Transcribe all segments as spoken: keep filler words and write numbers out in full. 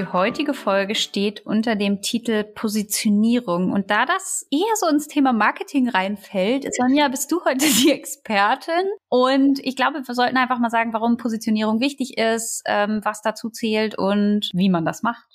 Die heutige Folge steht unter dem Titel Positionierung. Und da das eher so ins Thema Marketing reinfällt, Sonja, bist du heute die Expertin. Und ich glaube, wir sollten einfach mal sagen, warum Positionierung wichtig ist, ähm, was dazu zählt und wie man das macht.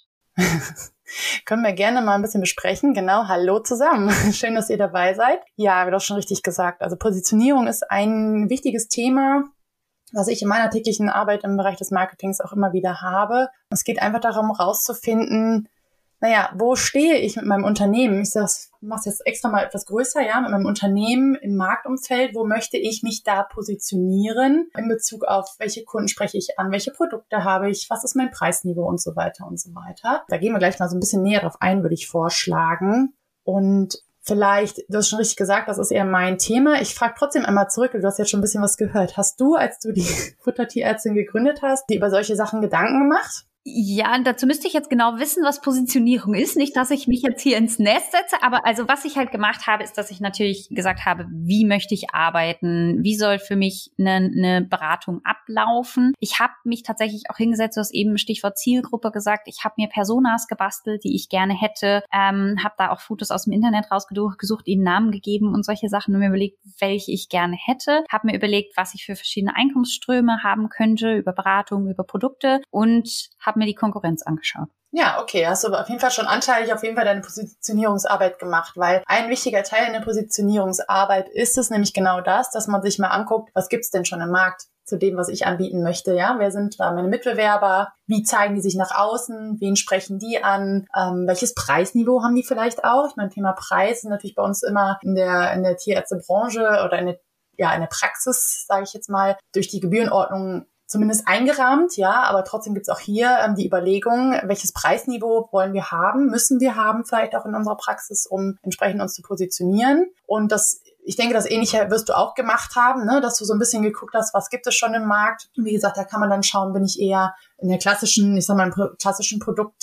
Können wir gerne mal ein bisschen besprechen. Genau, hallo zusammen. Schön, dass ihr dabei seid. Ja, wie du schon richtig gesagt. Also Positionierung ist ein wichtiges Thema, was ich in meiner täglichen Arbeit im Bereich des Marketings auch immer wieder habe. Es geht einfach darum, rauszufinden, naja, wo stehe ich mit meinem Unternehmen? Ich sage, ich mache es jetzt extra mal etwas größer, ja, mit meinem Unternehmen im Marktumfeld. Wo möchte ich mich da positionieren in Bezug auf, welche Kunden spreche ich an, welche Produkte habe ich, was ist mein Preisniveau und so weiter und so weiter. Da gehen wir gleich mal so ein bisschen näher drauf ein, würde ich vorschlagen. Und vielleicht, du hast schon richtig gesagt, das ist eher mein Thema. Ich frage trotzdem einmal zurück, du hast jetzt schon ein bisschen was gehört. Hast du, als du die Futtertierärztin gegründet hast, dir über solche Sachen Gedanken gemacht? Ja, dazu müsste ich jetzt genau wissen, was Positionierung ist. Nicht, dass ich mich jetzt hier ins Nest setze, aber also was ich halt gemacht habe, ist, dass ich natürlich gesagt habe, wie möchte ich arbeiten? Wie soll für mich eine, eine Beratung ablaufen? Ich habe mich tatsächlich auch hingesetzt, du hast eben Stichwort Zielgruppe gesagt. Ich habe mir Personas gebastelt, die ich gerne hätte, ähm, habe da auch Fotos aus dem Internet rausgesucht, ihnen Namen gegeben und solche Sachen und mir überlegt, welche ich gerne hätte. Habe mir überlegt, was ich für verschiedene Einkommensströme haben könnte, über Beratung, über Produkte und habe mir die Konkurrenz angeschaut. Ja, okay, hast du auf jeden Fall schon anteilig auf jeden Fall deine Positionierungsarbeit gemacht, weil ein wichtiger Teil in der Positionierungsarbeit ist es nämlich genau das, dass man sich mal anguckt, was gibt's denn schon im Markt zu dem, was ich anbieten möchte, ja? Wer sind da meine Mitbewerber? Wie zeigen die sich nach außen? Wen sprechen die an? Ähm, welches Preisniveau haben die vielleicht auch? Ich meine, Thema Preis ist natürlich bei uns immer in der, in der Tierärztebranche oder in der, ja, in der Praxis, sage ich jetzt mal, durch die Gebührenordnung zumindest eingerahmt, ja, aber trotzdem gibt's auch hier ähm, die Überlegung, welches Preisniveau wollen wir haben, müssen wir haben vielleicht auch in unserer Praxis, um entsprechend uns zu positionieren. Und das, ich denke, das Ähnliche wirst du auch gemacht haben, ne, dass du so ein bisschen geguckt hast, was gibt es schon im Markt. Und wie gesagt, da kann man dann schauen, bin ich eher in der klassischen, ich sag mal, im klassischen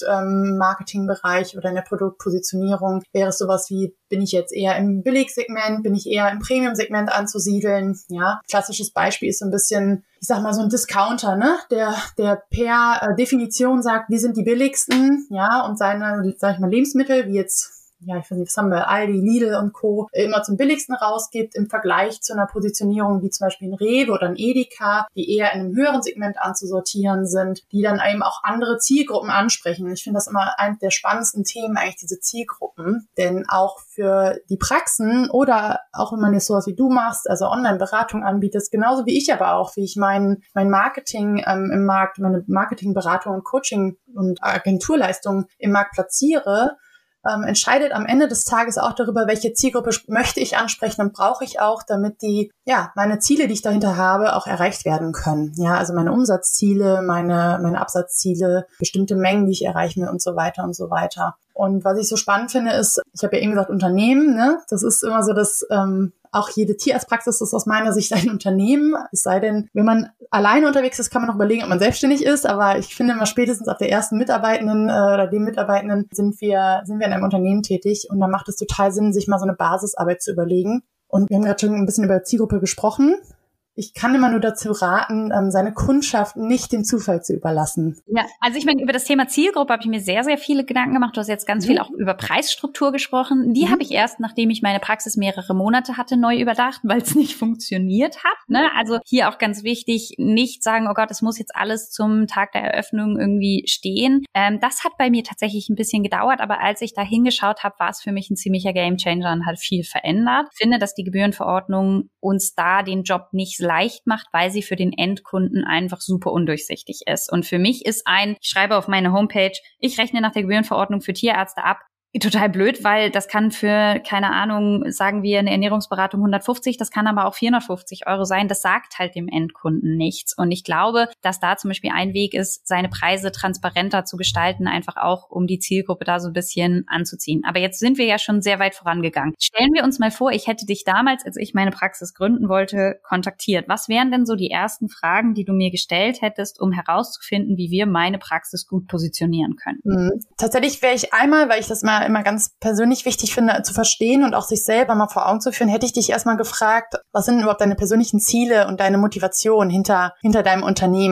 Produkt-Marketing-Bereich oder in der Produktpositionierung. Wäre es sowas wie, bin ich jetzt eher im Billigsegment, bin ich eher im Premium-Segment anzusiedeln, ja. Klassisches Beispiel ist so ein bisschen, ich sag mal, so ein Discounter, ne, der, der per äh, Definition sagt, wir sind die billigsten, ja, und seine, sag ich mal, Lebensmittel, wie jetzt, ja, ich weiß nicht, was haben wir, Aldi, Lidl und Co. immer zum billigsten rausgibt im Vergleich zu einer Positionierung wie zum Beispiel ein Rewe oder ein Edeka, die eher in einem höheren Segment anzusortieren sind, die dann eben auch andere Zielgruppen ansprechen. Ich finde das immer eines der spannendsten Themen, eigentlich diese Zielgruppen, denn auch für die Praxen oder auch wenn man jetzt sowas wie du machst, also Online-Beratung anbietest, genauso wie ich aber auch, wie ich mein, mein Marketing ähm, im Markt, meine Marketingberatung und Coaching und Agenturleistungen im Markt platziere, Ähm, entscheidet am Ende des Tages auch darüber, welche Zielgruppe möchte ich ansprechen und brauche ich auch, damit die, ja, meine Ziele, die ich dahinter habe, auch erreicht werden können. Ja, also meine Umsatzziele, meine, meine Absatzziele, bestimmte Mengen, die ich erreichen will und so weiter und so weiter. Und was ich so spannend finde, ist, ich habe ja eben gesagt, Unternehmen, ne, das ist immer so, dass ähm, auch jede Tierarztpraxis ist aus meiner Sicht ein Unternehmen. Es sei denn, wenn man alleine unterwegs ist, kann man noch überlegen, ob man selbstständig ist. Aber ich finde immer spätestens ab der ersten Mitarbeitenden äh, oder dem Mitarbeitenden sind wir sind wir in einem Unternehmen tätig. Und dann macht es total Sinn, sich mal so eine Basisarbeit zu überlegen. Und wir haben gerade schon ein bisschen über Zielgruppe gesprochen. Ich kann immer nur dazu raten, seine Kundschaft nicht dem Zufall zu überlassen. Ja, also ich meine, über das Thema Zielgruppe habe ich mir sehr, sehr viele Gedanken gemacht. Du hast jetzt ganz mhm. viel auch über Preisstruktur gesprochen. Die mhm. habe ich erst, nachdem ich meine Praxis mehrere Monate hatte, neu überdacht, weil es nicht funktioniert hat. Ne? Also hier auch ganz wichtig, nicht sagen, oh Gott, es muss jetzt alles zum Tag der Eröffnung irgendwie stehen. Ähm, das hat bei mir tatsächlich ein bisschen gedauert, aber als ich da hingeschaut habe, war es für mich ein ziemlicher Gamechanger und hat viel verändert. Ich finde, dass die Gebührenverordnung uns da den Job nicht leicht macht, weil sie für den Endkunden einfach super undurchsichtig ist. Und für mich ist ein, ich schreibe auf meine Homepage, ich rechne nach der Gebührenverordnung für Tierärzte ab, total blöd, weil das kann für, keine Ahnung, sagen wir eine Ernährungsberatung hundertfünfzig, das kann aber auch vierhundertfünfzig Euro sein. Das sagt halt dem Endkunden nichts. Und ich glaube, dass da zum Beispiel ein Weg ist, seine Preise transparenter zu gestalten, einfach auch, um die Zielgruppe da so ein bisschen anzuziehen. Aber jetzt sind wir ja schon sehr weit vorangegangen. Stellen wir uns mal vor, ich hätte dich damals, als ich meine Praxis gründen wollte, kontaktiert. Was wären denn so die ersten Fragen, die du mir gestellt hättest, um herauszufinden, wie wir meine Praxis gut positionieren können? Mhm. Tatsächlich wäre ich einmal, weil ich das mal immer ganz persönlich wichtig finde, zu verstehen und auch sich selber mal vor Augen zu führen, hätte ich dich erstmal gefragt, was sind überhaupt deine persönlichen Ziele und deine Motivation hinter, hinter deinem Unternehmen?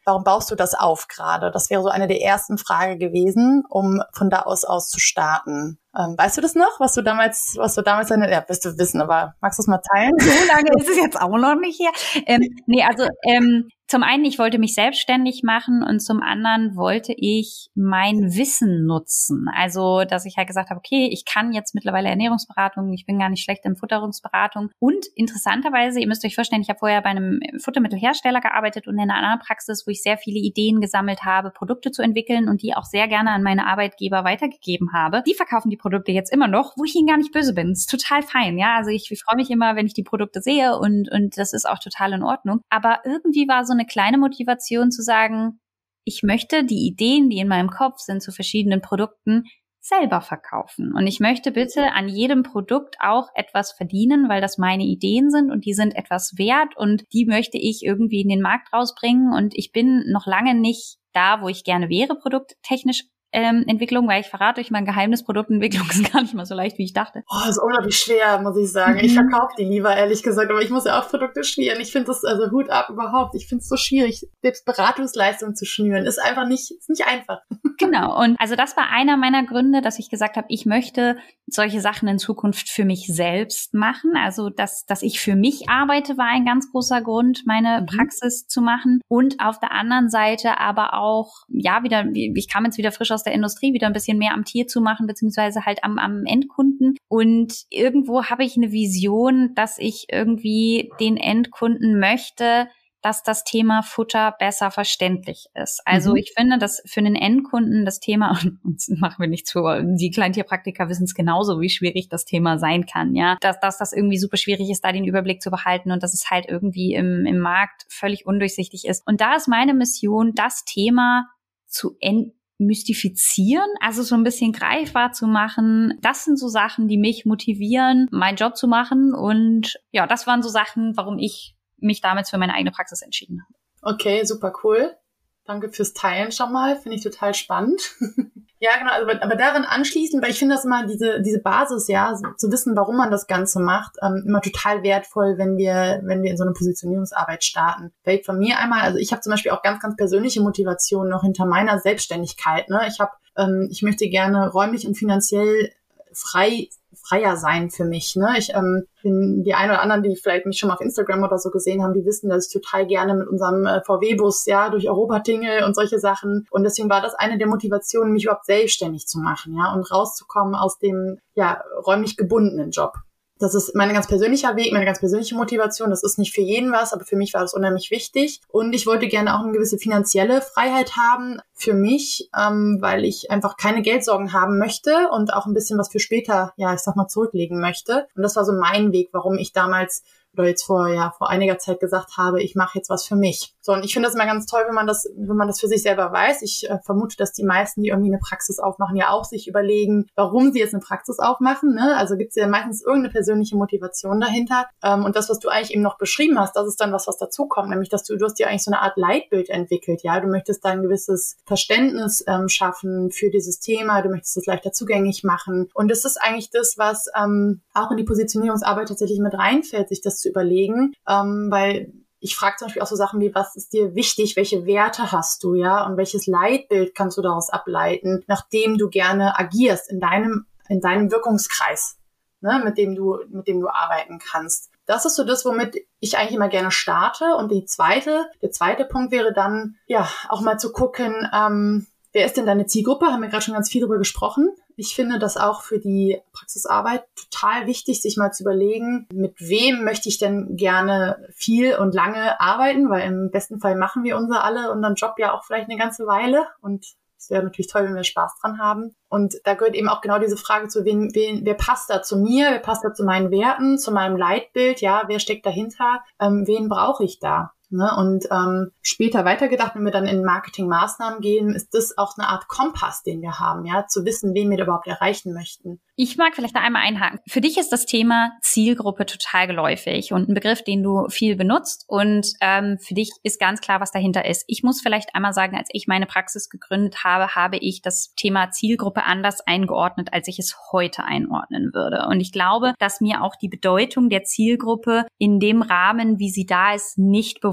warum baust du das auf gerade? Das wäre so eine der ersten Fragen gewesen, um von da aus aus zu starten. Ähm, weißt du das noch, was du damals, was du damals, deine, ja, wirst du wissen, aber magst du es mal teilen? So lange ist es jetzt auch noch nicht her. Ähm, nee, also ähm, zum einen, ich wollte mich selbstständig machen und zum anderen wollte ich mein Wissen nutzen. Also, dass ich halt gesagt habe, okay, ich kann jetzt mittlerweile Ernährungsberatung, ich bin gar nicht schlecht in Futterungsberatung. Und interessanterweise, ihr müsst euch vorstellen, ich habe vorher bei einem Futtermittelhersteller gearbeitet und in einer anderen Praxis, wo ich sehr viele Ideen gesammelt habe, Produkte zu entwickeln und die auch sehr gerne an meine Arbeitgeber weitergegeben habe. Die verkaufen die Produkte jetzt immer noch, wo ich ihnen gar nicht böse bin. Das ist total fein, ja. Also ich, ich freue mich immer, wenn ich die Produkte sehe und, und das ist auch total in Ordnung. Aber irgendwie war so eine kleine Motivation zu sagen, ich möchte die Ideen, die in meinem Kopf sind zu verschiedenen Produkten, selber verkaufen. Und ich möchte bitte an jedem Produkt auch etwas verdienen, weil das meine Ideen sind und die sind etwas wert und die möchte ich irgendwie in den Markt rausbringen. Und ich bin noch lange nicht da, wo ich gerne wäre, produkttechnisch Ähm, Entwicklung, weil ich verrate euch mein Geheimnis, Produktentwicklung ist gar nicht mal so leicht, wie ich dachte. Oh, das ist unglaublich schwer, muss ich sagen. Mhm. Ich verkaufe die lieber, ehrlich gesagt, aber ich muss ja auch Produkte schnüren. Ich finde das, also Hut ab überhaupt, ich finde es so schwierig, selbst Beratungsleistungen zu schnüren, ist einfach nicht, ist nicht einfach. Genau, und also das war einer meiner Gründe, dass ich gesagt habe, ich möchte solche Sachen in Zukunft für mich selbst machen. Also, dass, dass ich für mich arbeite, war ein ganz großer Grund, meine mhm. Praxis zu machen. Und auf der anderen Seite aber auch, ja, wieder, ich kam jetzt wieder frisch aus der Industrie, wieder ein bisschen mehr am Tier zu machen, beziehungsweise halt am, am Endkunden. Und irgendwo habe ich eine Vision, dass ich irgendwie den Endkunden möchte, dass das Thema Futter besser verständlich ist. Also mhm. ich finde, dass für einen Endkunden das Thema, und machen wir nichts vor, die Kleintierpraktiker wissen es genauso, wie schwierig das Thema sein kann, ja, dass, dass das irgendwie super schwierig ist, da den Überblick zu behalten und dass es halt irgendwie im, im Markt völlig undurchsichtig ist. Und da ist meine Mission, das Thema zu enden, mystifizieren, also so ein bisschen greifbar zu machen. Das sind so Sachen, die mich motivieren, meinen Job zu machen. Und ja, das waren so Sachen, warum ich mich damals für meine eigene Praxis entschieden habe. Okay, super cool. Danke fürs Teilen schon mal. Finde ich total spannend. Ja, genau, aber, aber daran anschließend, weil ich finde das immer, diese diese Basis, ja, so, zu wissen, warum man das Ganze macht, ähm, immer total wertvoll, wenn wir wenn wir in so eine Positionierungsarbeit starten. Vielleicht von mir einmal, also ich habe zum Beispiel auch ganz, ganz persönliche Motivation noch hinter meiner Selbstständigkeit. Ne? Ich habe, ähm, ich möchte gerne räumlich und finanziell frei freier sein für mich. Ne? Ich ähm, bin die einen oder anderen, die vielleicht mich schon mal auf Instagram oder so gesehen haben, die wissen, dass ich total gerne mit unserem äh, V W-Bus ja durch Europa tingle und solche Sachen. Und deswegen war das eine der Motivationen, mich überhaupt selbstständig zu machen, ja, und rauszukommen aus dem ja räumlich gebundenen Job. Das ist mein ganz persönlicher Weg, meine ganz persönliche Motivation. Das ist nicht für jeden was, aber für mich war das unheimlich wichtig. Und ich wollte gerne auch eine gewisse finanzielle Freiheit haben für mich, ähm, weil ich einfach keine Geldsorgen haben möchte und auch ein bisschen was für später, ja, ich sag mal, zurücklegen möchte. Und das war so mein Weg, warum ich damals oder jetzt vor ja vor einiger Zeit gesagt habe, ich mache jetzt was für mich. So, und ich finde das immer ganz toll, wenn man das wenn man das für sich selber weiß. Ich äh, vermute, dass die meisten, die irgendwie eine Praxis aufmachen, ja auch sich überlegen, warum sie jetzt eine Praxis aufmachen. Ne? Also gibt es ja meistens irgendeine persönliche Motivation dahinter. Ähm, und das, was du eigentlich eben noch beschrieben hast, das ist dann was, was dazukommt, nämlich dass du du hast dir eigentlich so eine Art Leitbild entwickelt. Ja, du möchtest da ein gewisses Verständnis ähm, schaffen für dieses Thema. Du möchtest es leichter zugänglich machen. Und das ist eigentlich das, was ähm, auch in die Positionierungsarbeit tatsächlich mit reinfällt, sich das zu überlegen, ähm, weil ich frage zum Beispiel auch so Sachen wie, was ist dir wichtig, welche Werte hast du, ja, und welches Leitbild kannst du daraus ableiten, nachdem du gerne agierst in deinem in deinem Wirkungskreis, ne, mit dem du mit dem du arbeiten kannst. Das ist so das, womit ich eigentlich immer gerne starte. Und die zweite, der zweite Punkt wäre dann, ja, auch mal zu gucken, ähm, wer ist denn deine Zielgruppe? Haben wir gerade schon ganz viel darüber gesprochen. Ich finde das auch für die Praxisarbeit total wichtig, sich mal zu überlegen, mit wem möchte ich denn gerne viel und lange arbeiten, weil im besten Fall machen wir unser alle unseren Job ja auch vielleicht eine ganze Weile und es wäre natürlich toll, wenn wir Spaß dran haben. Und da gehört eben auch genau diese Frage zu, wen, wen, wer passt da zu mir, wer passt da zu meinen Werten, zu meinem Leitbild, ja, wer steckt dahinter, ähm, wen brauche ich da? Ne? Und ähm, später weitergedacht, wenn wir dann in Marketingmaßnahmen gehen, ist das auch eine Art Kompass, den wir haben, ja, zu wissen, wen wir da überhaupt erreichen möchten. Ich mag vielleicht da einmal einhaken. Für dich ist das Thema Zielgruppe total geläufig und ein Begriff, den du viel benutzt und ähm, für dich ist ganz klar, was dahinter ist. Ich muss vielleicht einmal sagen, als ich meine Praxis gegründet habe, habe ich das Thema Zielgruppe anders eingeordnet, als ich es heute einordnen würde. Und ich glaube, dass mir auch die Bedeutung der Zielgruppe in dem Rahmen, wie sie da ist, nicht bewusst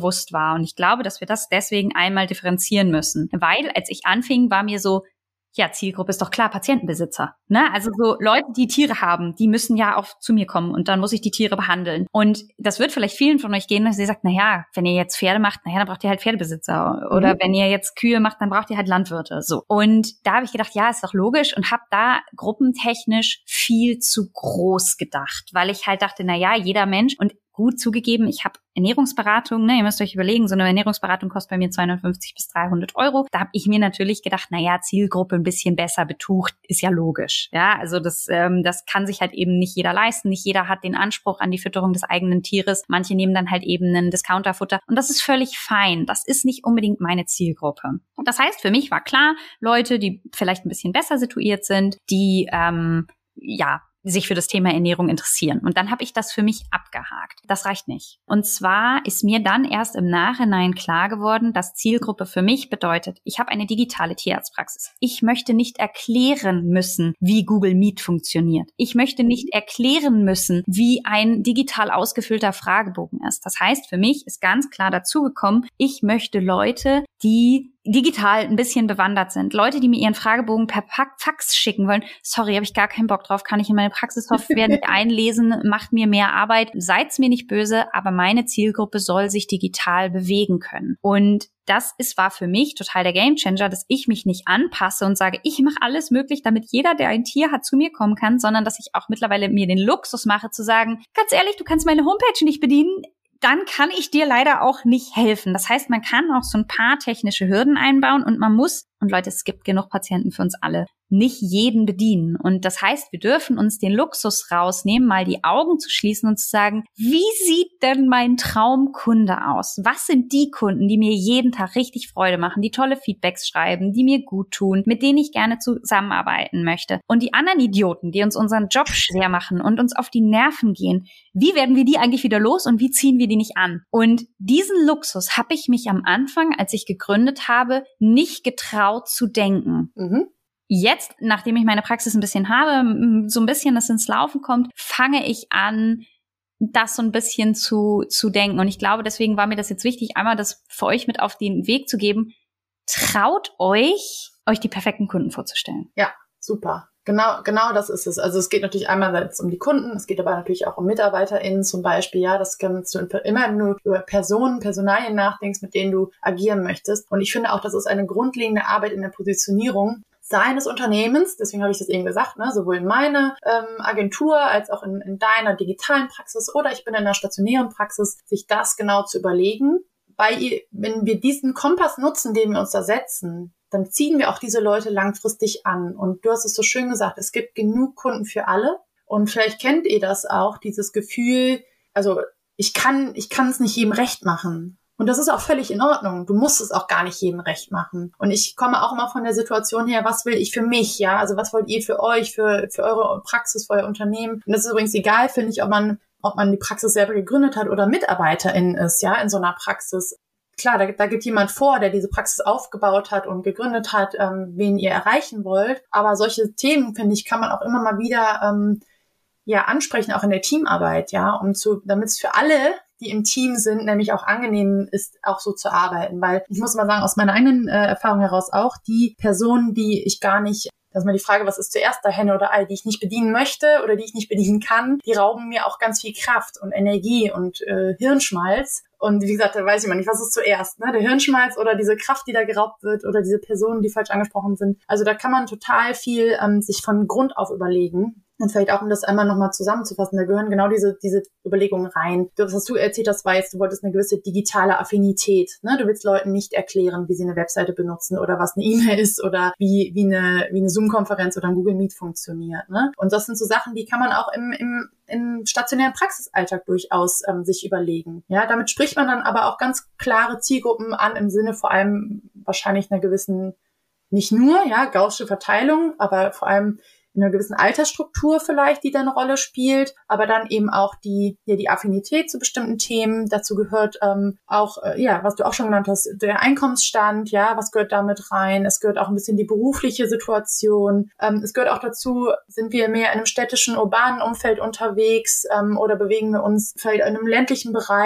bewusst war. Und ich glaube, dass wir das deswegen einmal differenzieren müssen. Weil, als ich anfing, war mir so, ja, Zielgruppe ist doch klar, Patientenbesitzer. Ne? Also so Leute, die Tiere haben, die müssen ja auch zu mir kommen und dann muss ich die Tiere behandeln. Und das wird vielleicht vielen von euch gehen, dass ihr sagt, na ja, wenn ihr jetzt Pferde macht, na ja, dann braucht ihr halt Pferdebesitzer. Oder mhm. wenn ihr jetzt Kühe macht, dann braucht ihr halt Landwirte. So. Und da habe ich gedacht, ja, ist doch logisch und habe da gruppentechnisch viel zu groß gedacht, weil ich halt dachte, na ja, jeder Mensch und gut zugegeben, ich habe Ernährungsberatung, ne, ihr müsst euch überlegen, so eine Ernährungsberatung kostet bei mir zweihundertfünfzig bis dreihundert Euro. Da habe ich mir natürlich gedacht, na ja, Zielgruppe ein bisschen besser betucht, ist ja logisch. Ja, also das ähm, das kann sich halt eben nicht jeder leisten. Nicht jeder hat den Anspruch an die Fütterung des eigenen Tieres. Manche nehmen dann halt eben einen Discounterfutter und das ist völlig fein. Das ist nicht unbedingt meine Zielgruppe. Und das heißt, für mich war klar, Leute, die vielleicht ein bisschen besser situiert sind, die ähm, ja sich für das Thema Ernährung interessieren. Und dann habe ich das für mich abgehakt. Das reicht nicht. Und zwar ist mir dann erst im Nachhinein klar geworden, dass Zielgruppe für mich bedeutet, ich habe eine digitale Tierarztpraxis. Ich möchte nicht erklären müssen, wie Google Meet funktioniert. Ich möchte nicht erklären müssen, wie ein digital ausgefüllter Fragebogen ist. Das heißt, für mich ist ganz klar dazugekommen, ich möchte Leute, die digital ein bisschen bewandert sind. Leute, die mir ihren Fragebogen per Fax schicken wollen. Sorry, habe ich gar keinen Bock drauf. Kann ich in meine Praxissoftware nicht einlesen. Macht mir mehr Arbeit. Seid's mir nicht böse, aber meine Zielgruppe soll sich digital bewegen können. Und das ist, war für mich total der Gamechanger, dass ich mich nicht anpasse und sage, ich mache alles möglich, damit jeder, der ein Tier hat, zu mir kommen kann, sondern dass ich auch mittlerweile mir den Luxus mache, zu sagen, ganz ehrlich, du kannst meine Homepage nicht bedienen. Dann kann ich dir leider auch nicht helfen. Das heißt, man kann auch so ein paar technische Hürden einbauen und man muss, und Leute, es gibt genug Patienten für uns alle, nicht jeden bedienen. Und das heißt, wir dürfen uns den Luxus rausnehmen, mal die Augen zu schließen und zu sagen, wie sieht denn mein Traumkunde aus? Was sind die Kunden, die mir jeden Tag richtig Freude machen, die tolle Feedbacks schreiben, die mir gut tun, mit denen ich gerne zusammenarbeiten möchte? Und die anderen Idioten, die uns unseren Job schwer machen und uns auf die Nerven gehen, wie werden wir die eigentlich wieder los und wie ziehen wir die nicht an? Und diesen Luxus habe ich mich am Anfang, als ich gegründet habe, nicht getraut zu denken. Mhm. Jetzt, nachdem ich meine Praxis ein bisschen habe, so ein bisschen das ins Laufen kommt, fange ich an, das so ein bisschen zu zu denken. Und ich glaube, deswegen war mir das jetzt wichtig, einmal das für euch mit auf den Weg zu geben. Traut euch, euch die perfekten Kunden vorzustellen. Ja, super. Genau, genau das ist es. Also es geht natürlich einmal um die Kunden, es geht aber natürlich auch um MitarbeiterInnen zum Beispiel. Ja, das kannst du immer nur über Personen, Personalien nachdenkst, mit denen du agieren möchtest. Und ich finde auch, das ist eine grundlegende Arbeit in der Positionierung seines Unternehmens, deswegen habe ich das eben gesagt, ne, sowohl in meiner ähm, Agentur als auch in, in deiner digitalen Praxis oder ich bin in einer stationären Praxis, sich das genau zu überlegen. Weil wenn wir diesen Kompass nutzen, den wir uns da setzen, dann ziehen wir auch diese Leute langfristig an. Und du hast es so schön gesagt, es gibt genug Kunden für alle. Und vielleicht kennt ihr das auch, dieses Gefühl, also ich kann, ich kann es nicht jedem recht machen. Und das ist auch völlig in Ordnung. Du musst es auch gar nicht jedem recht machen. Und ich komme auch immer von der Situation her, was will ich für mich, ja? Also was wollt ihr für euch, für, für eure Praxis, für euer Unternehmen? Und das ist übrigens egal, finde ich, ob man, ob man die Praxis selber gegründet hat oder MitarbeiterInnen ist, ja, in so einer Praxis. Klar, da, da gibt jemand vor, der diese Praxis aufgebaut hat und gegründet hat, ähm, wen ihr erreichen wollt. Aber solche Themen, finde ich, kann man auch immer mal wieder ähm, ja ansprechen, auch in der Teamarbeit, ja, um zu, damit es für alle, die im Team sind, nämlich auch angenehm ist, auch so zu arbeiten. Weil ich muss mal sagen, aus meiner eigenen äh, Erfahrung heraus auch, die Personen, die ich gar nicht, das ist mal die Frage, was ist zuerst da, Henne oder Ei, die ich nicht bedienen möchte oder die ich nicht bedienen kann, die rauben mir auch ganz viel Kraft und Energie und äh, Hirnschmalz. Und wie gesagt, da weiß ich mal nicht, was ist zuerst, ne? Der Hirnschmalz oder diese Kraft, die da geraubt wird oder diese Personen, die falsch angesprochen sind. Also da kann man total viel ähm, sich von Grund auf überlegen. Und vielleicht auch, um das einmal nochmal zusammenzufassen, da gehören genau diese diese Überlegungen rein. Das, was du erzählt hast, war jetzt, du wolltest eine gewisse digitale Affinität. Ne? Du willst Leuten nicht erklären, wie sie eine Webseite benutzen oder was eine E-Mail ist oder wie wie eine wie eine Zoom-Konferenz oder ein Google Meet funktioniert. Ne? Und das sind so Sachen, die kann man auch im im im stationären Praxisalltag durchaus ähm, sich überlegen. Ja, damit spricht man dann aber auch ganz klare Zielgruppen an, im Sinne vor allem wahrscheinlich einer gewissen, nicht nur, ja, gaußsche Verteilung, aber vor allem in einer gewissen Altersstruktur vielleicht, die da eine Rolle spielt, aber dann eben auch die ja, die Affinität zu bestimmten Themen. Dazu gehört ähm, auch, äh, ja, was du auch schon genannt hast, der Einkommensstand, ja, was gehört damit rein? Es gehört auch ein bisschen die berufliche Situation. Ähm, es gehört auch dazu, sind wir mehr in einem städtischen, urbanen Umfeld unterwegs ähm, oder bewegen wir uns vielleicht in einem ländlichen Bereich?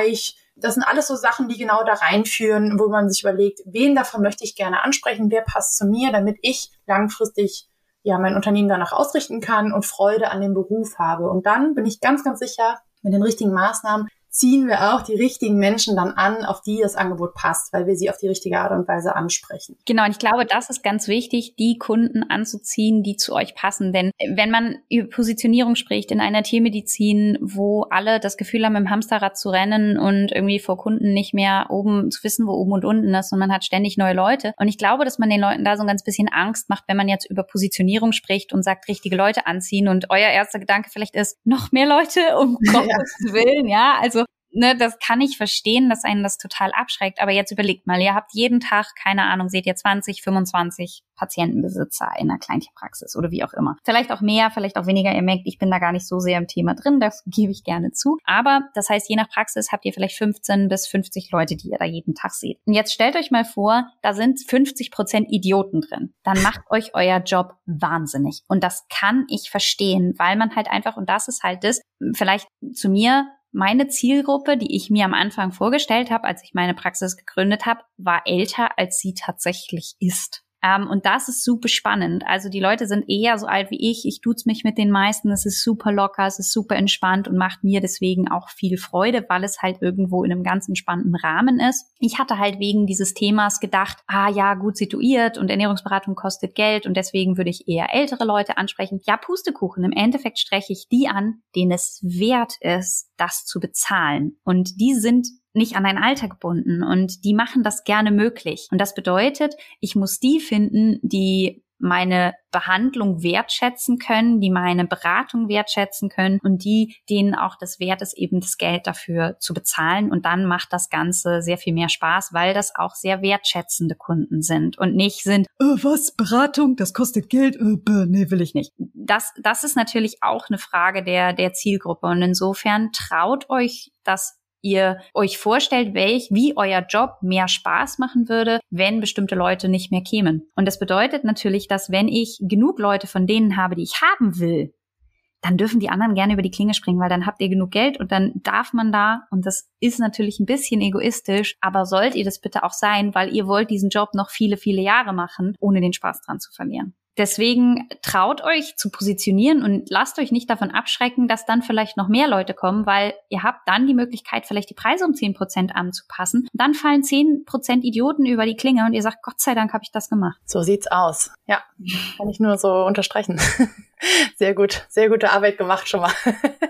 Das sind alles so Sachen, die genau da reinführen, wo man sich überlegt, wen davon möchte ich gerne ansprechen, wer passt zu mir, damit ich langfristig ja mein Unternehmen danach ausrichten kann und Freude an dem Beruf habe. Und dann bin ich ganz, ganz sicher, mit den richtigen Maßnahmen ziehen wir auch die richtigen Menschen dann an, auf die das Angebot passt, weil wir sie auf die richtige Art und Weise ansprechen. Genau, und ich glaube, das ist ganz wichtig, die Kunden anzuziehen, die zu euch passen. Denn wenn man über Positionierung spricht in einer Tiermedizin, wo alle das Gefühl haben, im Hamsterrad zu rennen und irgendwie vor Kunden nicht mehr oben zu wissen, wo oben und unten ist und man hat ständig neue Leute. Und ich glaube, dass man den Leuten da so ein ganz bisschen Angst macht, wenn man jetzt über Positionierung spricht und sagt, richtige Leute anziehen. Und euer erster Gedanke vielleicht ist, noch mehr Leute, um Gottes Willen, ja, also Ne, das kann ich verstehen, dass einen das total abschreckt. Aber jetzt überlegt mal, ihr habt jeden Tag, keine Ahnung, seht ihr zwanzig, fünfundzwanzig Patientenbesitzer in einer Kleintierpraxis oder wie auch immer. Vielleicht auch mehr, vielleicht auch weniger. Ihr merkt, ich bin da gar nicht so sehr im Thema drin, das gebe ich gerne zu. Aber das heißt, je nach Praxis habt ihr vielleicht fünfzehn bis fünfzig Leute, die ihr da jeden Tag seht. Und jetzt stellt euch mal vor, da sind fünfzig Prozent Idioten drin. Dann macht euch euer Job wahnsinnig. Und das kann ich verstehen, weil man halt einfach, und das ist halt das, vielleicht zu mir, meine Zielgruppe, die ich mir am Anfang vorgestellt habe, als ich meine Praxis gegründet habe, war älter, als sie tatsächlich ist. Ähm, und das ist super spannend. Also die Leute sind eher so alt wie ich. Ich duze mich mit den meisten. Es ist super locker, es ist super entspannt und macht mir deswegen auch viel Freude, weil es halt irgendwo in einem ganz entspannten Rahmen ist. Ich hatte halt wegen dieses Themas gedacht, ah ja, gut situiert und Ernährungsberatung kostet Geld und deswegen würde ich eher ältere Leute ansprechen. Ja, Pustekuchen. Im Endeffekt spreche ich die an, denen es wert ist, das zu bezahlen. Und die sind nicht an ein Alter gebunden und die machen das gerne möglich. Und das bedeutet, ich muss die finden, die meine Behandlung wertschätzen können, die meine Beratung wertschätzen können und die, denen auch das wert ist, eben das Geld dafür zu bezahlen. Und dann macht das Ganze sehr viel mehr Spaß, weil das auch sehr wertschätzende Kunden sind und nicht sind, äh, was, Beratung, das kostet Geld, äh, bäh, nee, will ich nicht. Das, das ist natürlich auch eine Frage der, der Zielgruppe. Und insofern traut euch das, ihr euch vorstellt, welch, wie euer Job mehr Spaß machen würde, wenn bestimmte Leute nicht mehr kämen. Und das bedeutet natürlich, dass wenn ich genug Leute von denen habe, die ich haben will, dann dürfen die anderen gerne über die Klinge springen, weil dann habt ihr genug Geld und dann darf man da, und das ist natürlich ein bisschen egoistisch, aber sollt ihr das bitte auch sein, weil ihr wollt diesen Job noch viele, viele Jahre machen, ohne den Spaß dran zu verlieren. Deswegen traut euch zu positionieren und lasst euch nicht davon abschrecken, dass dann vielleicht noch mehr Leute kommen, weil ihr habt dann die Möglichkeit, vielleicht die Preise um zehn Prozent anzupassen. Dann fallen zehn Prozent Idioten über die Klinge und ihr sagt, Gott sei Dank habe ich das gemacht. So sieht's aus. Ja, kann ich nur so unterstreichen. Sehr gut, sehr gute Arbeit gemacht schon mal.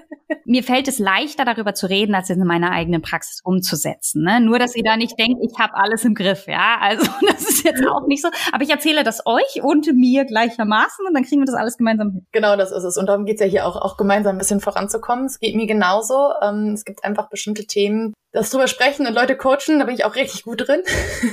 Mir fällt es leichter, darüber zu reden, als in meiner eigenen Praxis umzusetzen. Ne? Nur, dass ihr da nicht denkt, ich habe alles im Griff. Ja, also das ist jetzt auch nicht so. Aber ich erzähle das euch und mir gleichermaßen und dann kriegen wir das alles gemeinsam hin. Genau, das ist es. Und darum geht's ja hier auch, auch gemeinsam ein bisschen voranzukommen. Es geht mir genauso. Ähm, es gibt einfach bestimmte Themen, das drüber sprechen und Leute coachen, da bin ich auch richtig gut drin.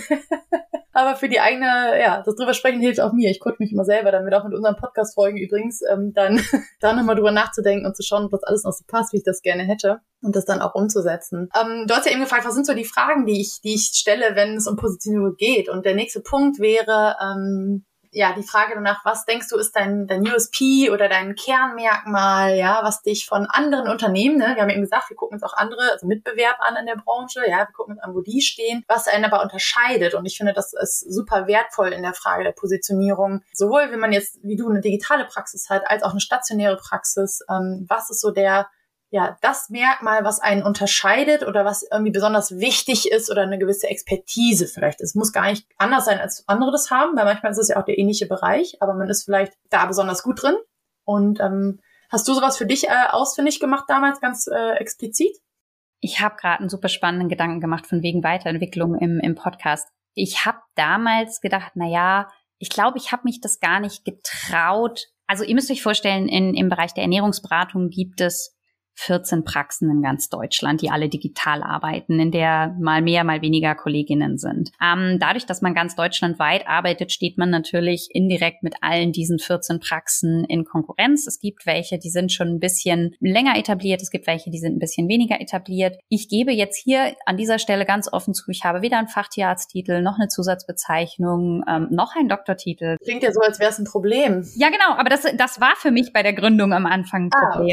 Aber für die eigene, ja, das drüber sprechen hilft auch mir. Ich coach mich immer selber, damit auch mit unseren Podcast-Folgen übrigens, ähm, dann da nochmal drüber nachzudenken und zu schauen, ob das alles noch so passt, wie ich das gerne hätte und das dann auch umzusetzen. Ähm, du hast ja eben gefragt, was sind so die Fragen, die ich, die ich stelle, wenn es um Positionierung geht? Und der nächste Punkt wäre, ähm, ja, die Frage danach, was denkst du ist dein, dein U S P oder dein Kernmerkmal, ja, was dich von anderen Unternehmen, ne, wir haben eben gesagt, wir gucken uns auch andere, also Mitbewerb an in der Branche, ja, wir gucken uns an, wo die stehen, was einen aber unterscheidet. Und ich finde, das ist super wertvoll in der Frage der Positionierung. Sowohl, wenn man jetzt, wie du, eine digitale Praxis hat, als auch eine stationäre Praxis. Ähm, was ist so der, ja, das Merkmal, was einen unterscheidet oder was irgendwie besonders wichtig ist oder eine gewisse Expertise vielleicht. Es muss gar nicht anders sein, als andere das haben, weil manchmal ist es ja auch der ähnliche Bereich, aber man ist vielleicht da besonders gut drin. Und ähm, hast du sowas für dich äh, ausfindig gemacht damals, ganz äh, explizit? Ich habe gerade einen super spannenden Gedanken gemacht von wegen Weiterentwicklung im, im Podcast. Ich habe damals gedacht, na ja, ich glaube, ich habe mich das gar nicht getraut. Also ihr müsst euch vorstellen, in, im Bereich der Ernährungsberatung gibt es vierzehn Praxen in ganz Deutschland, die alle digital arbeiten, in der mal mehr, mal weniger Kolleginnen sind. Ähm, dadurch, dass man ganz deutschlandweit arbeitet, steht man natürlich indirekt mit allen diesen vierzehn Praxen in Konkurrenz. Es gibt welche, die sind schon ein bisschen länger etabliert, es gibt welche, die sind ein bisschen weniger etabliert. Ich gebe jetzt hier an dieser Stelle ganz offen zu, ich habe weder einen Fachtierarzt-Titel, noch eine Zusatzbezeichnung, ähm, noch einen Doktortitel. Klingt ja so, als wäre es ein Problem. Ja, genau, aber das, das war für mich bei der Gründung am Anfang ein Problem. Ah, okay.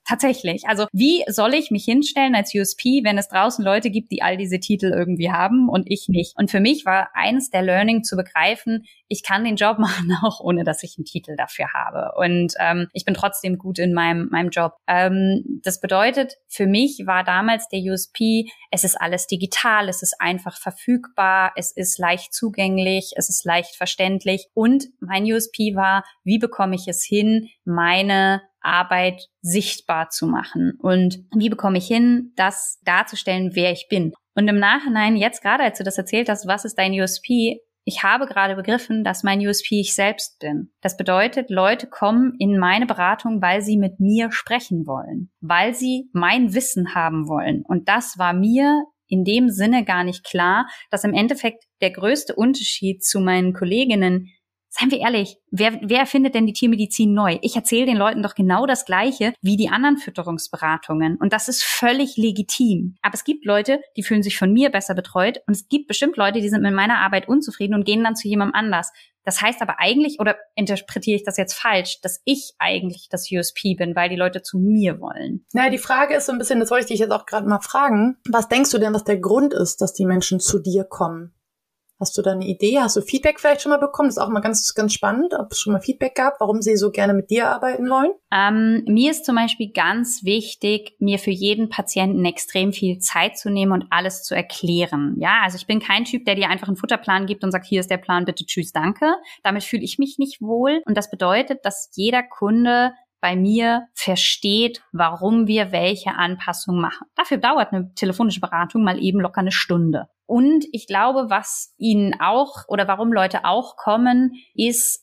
tatsächlich. Also wie soll ich mich hinstellen als U S P, wenn es draußen Leute gibt, die all diese Titel irgendwie haben und ich nicht? Und für mich war eines der Learning zu begreifen, ich kann den Job machen, auch ohne dass ich einen Titel dafür habe. Und ähm, ich bin trotzdem gut in meinem, meinem Job. Ähm, das bedeutet, für mich war damals der U S P, es ist alles digital, es ist einfach verfügbar, es ist leicht zugänglich, es ist leicht verständlich. Und mein U S P war, wie bekomme ich es hin, meine Arbeit sichtbar zu machen? Und wie bekomme ich hin, das darzustellen, wer ich bin? Und im Nachhinein, jetzt gerade als du das erzählt hast, was ist dein U S P? Ich habe gerade begriffen, dass mein U S P ich selbst bin. Das bedeutet, Leute kommen in meine Beratung, weil sie mit mir sprechen wollen, weil sie mein Wissen haben wollen. Und das war mir in dem Sinne gar nicht klar, dass im Endeffekt der größte Unterschied zu meinen Kolleginnen, seien wir ehrlich, wer, wer erfindet denn die Tiermedizin neu? Ich erzähle den Leuten doch genau das Gleiche wie die anderen Fütterungsberatungen. Und das ist völlig legitim. Aber es gibt Leute, die fühlen sich von mir besser betreut. Und es gibt bestimmt Leute, die sind mit meiner Arbeit unzufrieden und gehen dann zu jemandem anders. Das heißt aber eigentlich, oder interpretiere ich das jetzt falsch, dass ich eigentlich das U S P bin, weil die Leute zu mir wollen? Naja, die Frage ist so ein bisschen, das wollte ich dich jetzt auch gerade mal fragen. Was denkst du denn, was der Grund ist, dass die Menschen zu dir kommen? Hast du da eine Idee? Hast du Feedback vielleicht schon mal bekommen? Das ist auch mal ganz, ganz spannend, ob es schon mal Feedback gab, warum sie so gerne mit dir arbeiten wollen. Ähm, mir ist zum Beispiel ganz wichtig, mir für jeden Patienten extrem viel Zeit zu nehmen und alles zu erklären. Ja, also ich bin kein Typ, der dir einfach einen Futterplan gibt und sagt, hier ist der Plan, bitte tschüss, danke. Damit fühle ich mich nicht wohl. Und das bedeutet, dass jeder Kunde bei mir versteht, warum wir welche Anpassung machen. Dafür dauert eine telefonische Beratung mal eben locker eine Stunde. Und ich glaube, was ihnen auch oder warum Leute auch kommen, ist,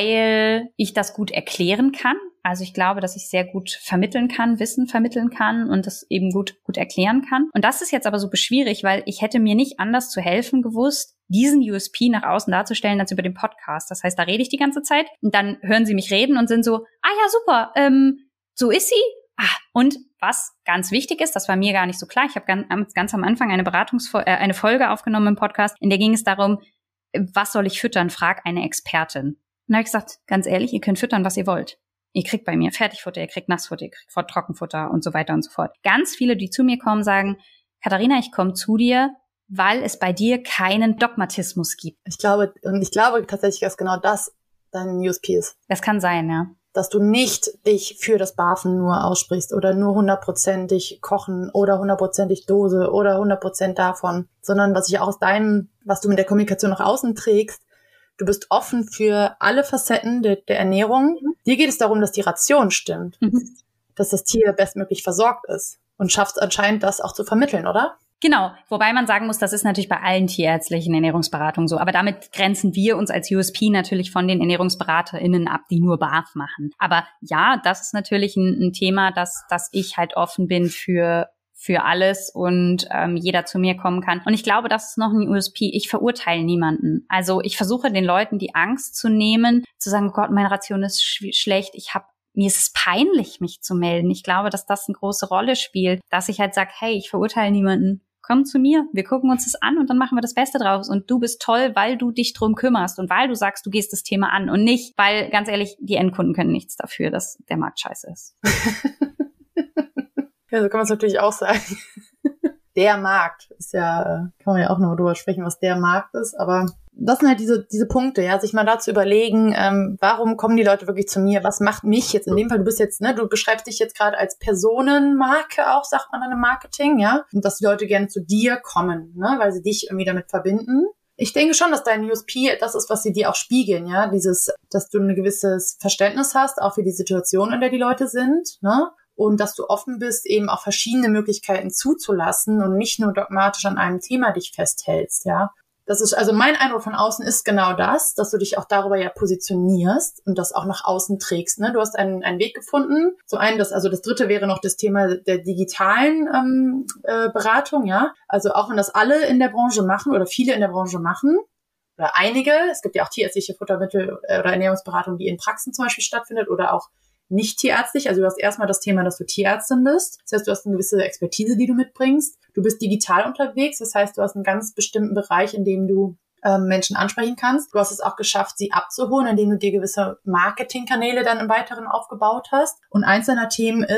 weil ich das gut erklären kann. Also ich glaube, dass ich sehr gut vermitteln kann, Wissen vermitteln kann und das eben gut gut erklären kann. Und das ist jetzt aber super schwierig, weil ich hätte mir nicht anders zu helfen gewusst, diesen U S P nach außen darzustellen als über den Podcast. Das heißt, da rede ich die ganze Zeit und dann hören sie mich reden und sind so, ah ja, super, ähm, so ist sie. Ah, und was ganz wichtig ist, das war mir gar nicht so klar, ich habe ganz, ganz am Anfang eine Beratungsfol- äh, eine Folge aufgenommen im Podcast, in der ging es darum, was soll ich füttern, frag eine Expertin. Und da habe ich gesagt, ganz ehrlich, ihr könnt füttern, was ihr wollt. Ihr kriegt bei mir Fertigfutter, ihr kriegt Nassfutter, ihr kriegt Trockenfutter und so weiter und so fort. Ganz viele, die zu mir kommen, sagen, Katharina, ich komme zu dir, weil es bei dir keinen Dogmatismus gibt. Ich glaube, und ich glaube tatsächlich, dass genau das dein U S P ist. Das kann sein, ja. Dass du nicht dich für das Barfen nur aussprichst oder nur hundertprozentig kochen oder hundertprozentig Dose oder hundert Prozent davon, sondern was ich auch aus deinem, was du mit der Kommunikation nach außen trägst, du bist offen für alle Facetten der, der Ernährung. Mhm. Dir geht es darum, dass die Ration stimmt, mhm. dass das Tier bestmöglich versorgt ist und schaffst anscheinend das auch zu vermitteln, oder? Genau, wobei man sagen muss, das ist natürlich bei allen tierärztlichen Ernährungsberatungen so. Aber damit grenzen wir uns als U S P natürlich von den ErnährungsberaterInnen ab, die nur B A F machen. Aber ja, das ist natürlich ein, ein Thema, dass, dass ich halt offen bin für für alles und ähm, jeder zu mir kommen kann. Und ich glaube, das ist noch ein U S P. Ich verurteile niemanden. Also ich versuche den Leuten die Angst zu nehmen, zu sagen, oh Gott, meine Ration ist sch- schlecht, ich habe mir ist es peinlich, mich zu melden. Ich glaube, dass das eine große Rolle spielt, dass ich halt sage, hey, ich verurteile niemanden. Komm zu mir, wir gucken uns das an und dann machen wir das Beste draus. Und du bist toll, weil du dich drum kümmerst und weil du sagst, du gehst das Thema an und nicht, weil, ganz ehrlich, die Endkunden können nichts dafür, dass der Markt scheiße ist. Ja, so kann man es natürlich auch sagen. Der Markt ist ja, kann man ja auch noch drüber sprechen, was der Markt ist, aber das sind halt diese diese Punkte, ja, sich mal dazu überlegen, ähm, warum kommen die Leute wirklich zu mir, was macht mich jetzt, in dem Fall, du bist jetzt, ne, du beschreibst dich jetzt gerade als Personenmarke auch, sagt man dann im Marketing, ja, und dass die Leute gerne zu dir kommen, ne, weil sie dich irgendwie damit verbinden. Ich denke schon, dass dein U S P das ist, was sie dir auch spiegeln, ja, dieses, dass du ein gewisses Verständnis hast, auch für die Situation, in der die Leute sind, ne, und dass du offen bist, eben auch verschiedene Möglichkeiten zuzulassen und nicht nur dogmatisch an einem Thema dich festhältst, ja. Das ist, also mein Eindruck von außen ist genau das, dass du dich auch darüber ja positionierst und das auch nach außen trägst, ne? Du hast einen, einen Weg gefunden. Zum einen, das, also das dritte wäre noch das Thema der digitalen ähm, äh, Beratung, ja. Also auch wenn das alle in der Branche machen oder viele in der Branche machen, oder einige, es gibt ja auch tierärztliche Futtermittel äh, oder Ernährungsberatung, die in Praxen zum Beispiel stattfindet oder auch nicht tierärztlich. Also du hast erstmal das Thema, dass du Tierärztin bist. Das heißt, du hast eine gewisse Expertise, die du mitbringst. Du bist digital unterwegs. Das heißt, du hast einen ganz bestimmten Bereich, in dem du ähm, Menschen ansprechen kannst. Du hast es auch geschafft, sie abzuholen, indem du dir gewisse Marketingkanäle dann im Weiteren aufgebaut hast. Und eins deiner Themen ist,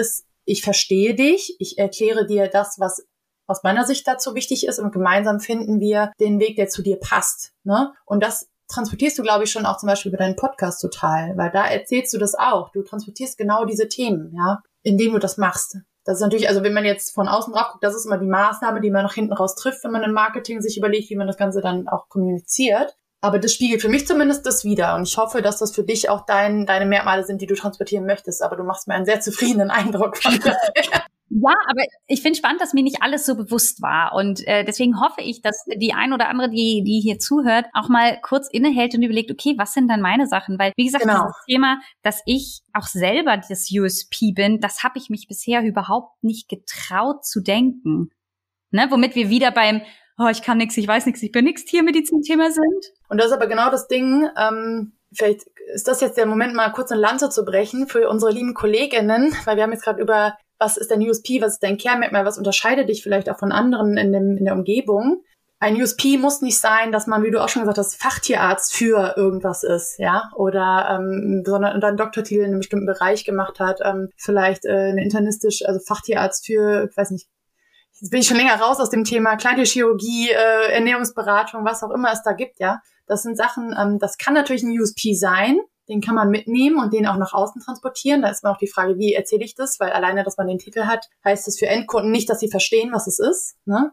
ich verstehe dich, ich erkläre dir das, was aus meiner Sicht dazu wichtig ist und gemeinsam finden wir den Weg, der zu dir passt. Ne? Und das transportierst du, glaube ich, schon auch zum Beispiel über deinen Podcast total, weil da erzählst du das auch. Du transportierst genau diese Themen, ja, indem du das machst. Das ist natürlich, also wenn man jetzt von außen drauf guckt, das ist immer die Maßnahme, die man noch hinten raus trifft, wenn man im Marketing sich überlegt, wie man das Ganze dann auch kommuniziert. Aber das spiegelt für mich zumindest das wider. Und ich hoffe, dass das für dich auch dein, deine Merkmale sind, die du transportieren möchtest. Aber du machst mir einen sehr zufriedenen Eindruck von dir. Ja, aber ich finde spannend, dass mir nicht alles so bewusst war. Und äh, deswegen hoffe ich, dass die ein oder andere, die die hier zuhört, auch mal kurz innehält und überlegt, okay, was sind dann meine Sachen? Weil, wie gesagt, genau. dieses Thema, dass ich auch selber das U S P bin, das habe ich mich bisher überhaupt nicht getraut zu denken. Ne? Womit wir wieder beim, oh, ich kann nichts, ich weiß nichts, ich bin nichts Tiermedizin-Thema sind. Und das ist aber genau das Ding, ähm, vielleicht ist das jetzt der Moment, mal kurz eine Lanze zu brechen für unsere lieben KollegInnen, weil wir haben jetzt gerade über was ist dein U S P, was ist dein Kernmerkmal, was unterscheidet dich vielleicht auch von anderen in, dem, in der Umgebung. Ein U S P muss nicht sein, dass man, wie du auch schon gesagt hast, Fachtierarzt für irgendwas ist, ja, oder ähm, sondern dann einen Doktortitel in einem bestimmten Bereich gemacht hat, ähm, vielleicht äh, eine internistisch, also Fachtierarzt für, ich weiß nicht, jetzt bin ich schon länger raus aus dem Thema Kleintierchirurgie, äh, Ernährungsberatung, was auch immer es da gibt, ja. Das sind Sachen, ähm, das kann natürlich ein U S P sein, den kann man mitnehmen und den auch nach außen transportieren. Da ist immer auch die Frage, wie erzähle ich das? Weil alleine, dass man den Titel hat, heißt es für Endkunden nicht, dass sie verstehen, was es ist. Ne?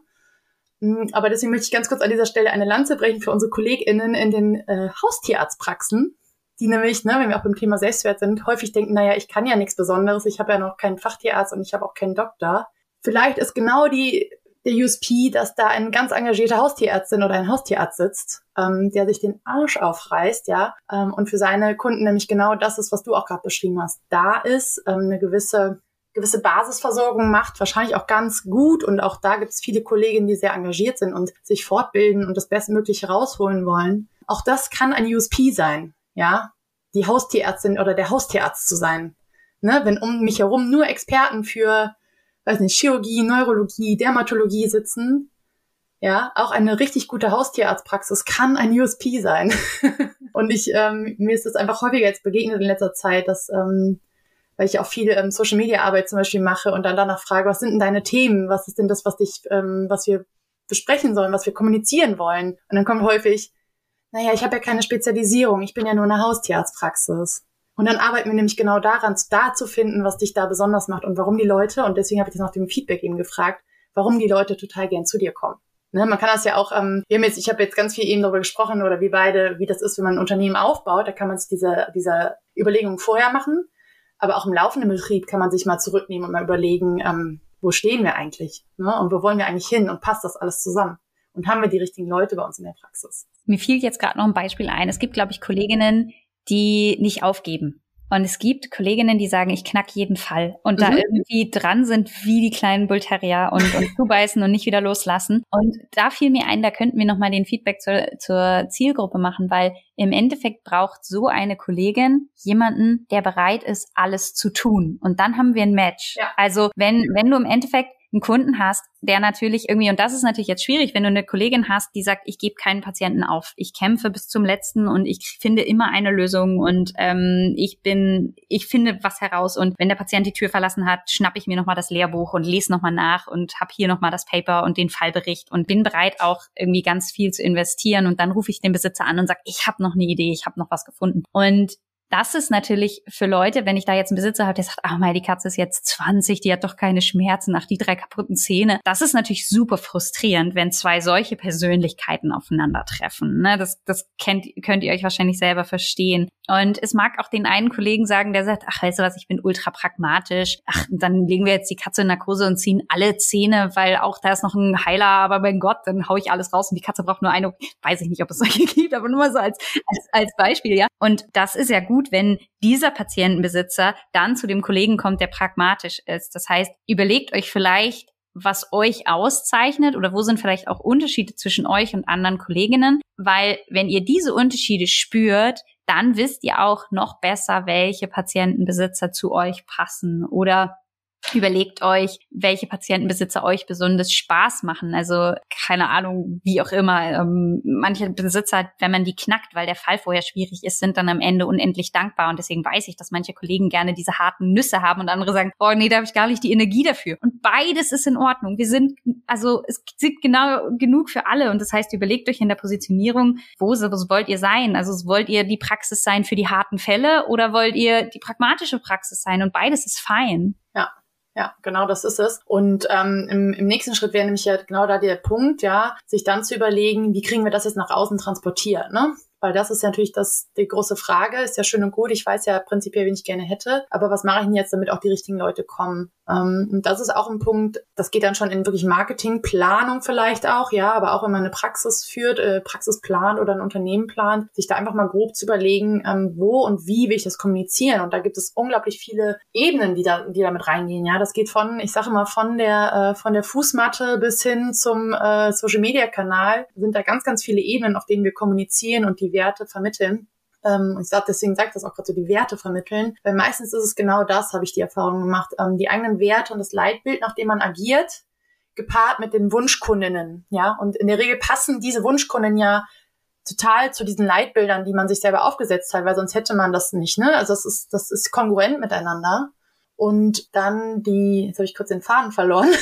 Aber deswegen möchte ich ganz kurz an dieser Stelle eine Lanze brechen für unsere KollegInnen in den äh, Haustierarztpraxen, die nämlich, ne, wenn wir auch beim Thema Selbstwert sind, häufig denken, naja, ich kann ja nichts Besonderes, ich habe ja noch keinen Fachtierarzt und ich habe auch keinen Doktor. Vielleicht ist genau die der U S P, dass da ein ganz engagierter Haustierärztin oder ein Haustierarzt sitzt, ähm, der sich den Arsch aufreißt, ja, ähm, und für seine Kunden nämlich genau das ist, was du auch gerade beschrieben hast, da ist, ähm, eine gewisse gewisse Basisversorgung macht, wahrscheinlich auch ganz gut und auch da gibt es viele Kolleginnen, die sehr engagiert sind und sich fortbilden und das Bestmögliche rausholen wollen. Auch das kann ein U S P sein, ja, die Haustierärztin oder der Haustierarzt zu sein, ne, wenn um mich herum nur Experten für weiß nicht, Chirurgie, Neurologie, Dermatologie sitzen, ja, auch eine richtig gute Haustierarztpraxis kann ein U S P sein. Und ich, ähm, mir ist das einfach häufiger jetzt begegnet in letzter Zeit, dass, ähm, weil ich auch viel ähm, Social-Media-Arbeit zum Beispiel mache und dann danach frage, was sind denn deine Themen? Was ist denn das, was dich, ähm, was wir besprechen sollen, was wir kommunizieren wollen? Und dann kommt häufig, naja, ich habe ja keine Spezialisierung, ich bin ja nur eine Haustierarztpraxis. Und dann arbeiten wir nämlich genau daran, da zu finden, was dich da besonders macht und warum die Leute, und deswegen habe ich das nach dem Feedback eben gefragt, warum die Leute total gern zu dir kommen. Ne, man kann das ja auch, ähm, wir haben jetzt, ich habe jetzt ganz viel eben darüber gesprochen, oder wir beide, wie das ist, wenn man ein Unternehmen aufbaut, da kann man sich diese, diese Überlegungen vorher machen, aber auch im laufenden Betrieb kann man sich mal zurücknehmen und mal überlegen, ähm, wo stehen wir eigentlich, ne, und wo wollen wir eigentlich hin und passt das alles zusammen? Und haben wir die richtigen Leute bei uns in der Praxis? Mir fiel jetzt gerade noch ein Beispiel ein. Es gibt, glaube ich, Kolleginnen, die nicht aufgeben. Und es gibt Kolleginnen, die sagen, ich knack jeden Fall. Und mhm. da irgendwie dran sind wie die kleinen Bullterrier und, und zubeißen und nicht wieder loslassen. Und da fiel mir ein, da könnten wir nochmal den Feedback zur, zur Zielgruppe machen, weil im Endeffekt braucht so eine Kollegin jemanden, der bereit ist, alles zu tun. Und dann haben wir ein Match. Ja. Also wenn, wenn du im Endeffekt einen Kunden hast, der natürlich irgendwie, und das ist natürlich jetzt schwierig, wenn du eine Kollegin hast, die sagt, ich gebe keinen Patienten auf, ich kämpfe bis zum Letzten und ich finde immer eine Lösung und ähm, ich bin, ich finde was heraus und wenn der Patient die Tür verlassen hat, schnappe ich mir nochmal das Lehrbuch und lese nochmal nach und habe hier nochmal das Paper und den Fallbericht und bin bereit auch irgendwie ganz viel zu investieren und dann rufe ich den Besitzer an und sage, ich habe noch eine Idee, ich habe noch was gefunden. Und das ist natürlich für Leute, wenn ich da jetzt einen Besitzer habe, der sagt, ach mal, die Katze ist jetzt zwanzig, die hat doch keine Schmerzen, ach, die drei kaputten Zähne. Das ist natürlich super frustrierend, wenn zwei solche Persönlichkeiten aufeinandertreffen. Ne? Das, das kennt, könnt ihr euch wahrscheinlich selber verstehen. Und es mag auch den einen Kollegen sagen, der sagt, ach, weißt du was, ich bin ultra pragmatisch. Ach, dann legen wir jetzt die Katze in Narkose und ziehen alle Zähne, weil auch da ist noch ein Heiler, aber mein Gott, dann hau ich alles raus und die Katze braucht nur eine. Weiß ich nicht, ob es solche gibt, aber nur mal so als, als, als Beispiel, ja. Und das ist ja gut, wenn dieser Patientenbesitzer dann zu dem Kollegen kommt, der pragmatisch ist. Das heißt, überlegt euch vielleicht, was euch auszeichnet oder wo sind vielleicht auch Unterschiede zwischen euch und anderen Kolleginnen, weil wenn ihr diese Unterschiede spürt, dann wisst ihr auch noch besser, welche Patientenbesitzer zu euch passen oder Überlegt euch, welche Patientenbesitzer euch besonders Spaß machen. Also keine Ahnung, wie auch immer. Ähm, manche Besitzer, wenn man die knackt, weil der Fall vorher schwierig ist, sind dann am Ende unendlich dankbar. Und deswegen weiß ich, dass manche Kollegen gerne diese harten Nüsse haben und andere sagen, oh nee, da habe ich gar nicht die Energie dafür. Und beides ist in Ordnung. Wir sind, also es gibt genau genug für alle. Und das heißt, überlegt euch in der Positionierung, wo, wo wollt ihr sein? Also wollt ihr die Praxis sein für die harten Fälle oder wollt ihr die pragmatische Praxis sein? Und beides ist fein. Ja. Ja, genau, das ist es. Und ähm, im, im nächsten Schritt wäre nämlich ja genau da der Punkt, ja, sich dann zu überlegen, wie kriegen wir das jetzt nach außen transportiert, ne? Weil das ist ja natürlich das, die große Frage. Ist ja schön und gut. Ich weiß ja prinzipiell, wen ich gerne hätte. Aber was mache ich denn jetzt, damit auch die richtigen Leute kommen? Ähm, und das ist auch ein Punkt, das geht dann schon in wirklich Marketingplanung vielleicht auch, ja. Aber auch wenn man eine Praxis führt, äh, Praxis plant oder ein Unternehmen plant, sich da einfach mal grob zu überlegen, ähm, wo und wie will ich das kommunizieren? Und da gibt es unglaublich viele Ebenen, die da, die da mit reingehen, ja. Das geht von, ich sage immer, von der, äh, von der Fußmatte bis hin zum äh, Social-Media-Kanal sind da ganz, ganz viele Ebenen, auf denen wir kommunizieren und die Werte vermitteln. Ähm, ich sag, deswegen sage ich das auch gerade so, die Werte vermitteln, weil meistens ist es genau das, habe ich die Erfahrung gemacht, ähm, die eigenen Werte und das Leitbild, nach dem man agiert, gepaart mit den Wunschkundinnen, ja, und in der Regel passen diese Wunschkunden ja total zu diesen Leitbildern, die man sich selber aufgesetzt hat, weil sonst hätte man das nicht, ne, also das ist, das ist kongruent miteinander. Und dann die, jetzt habe ich kurz den Faden verloren,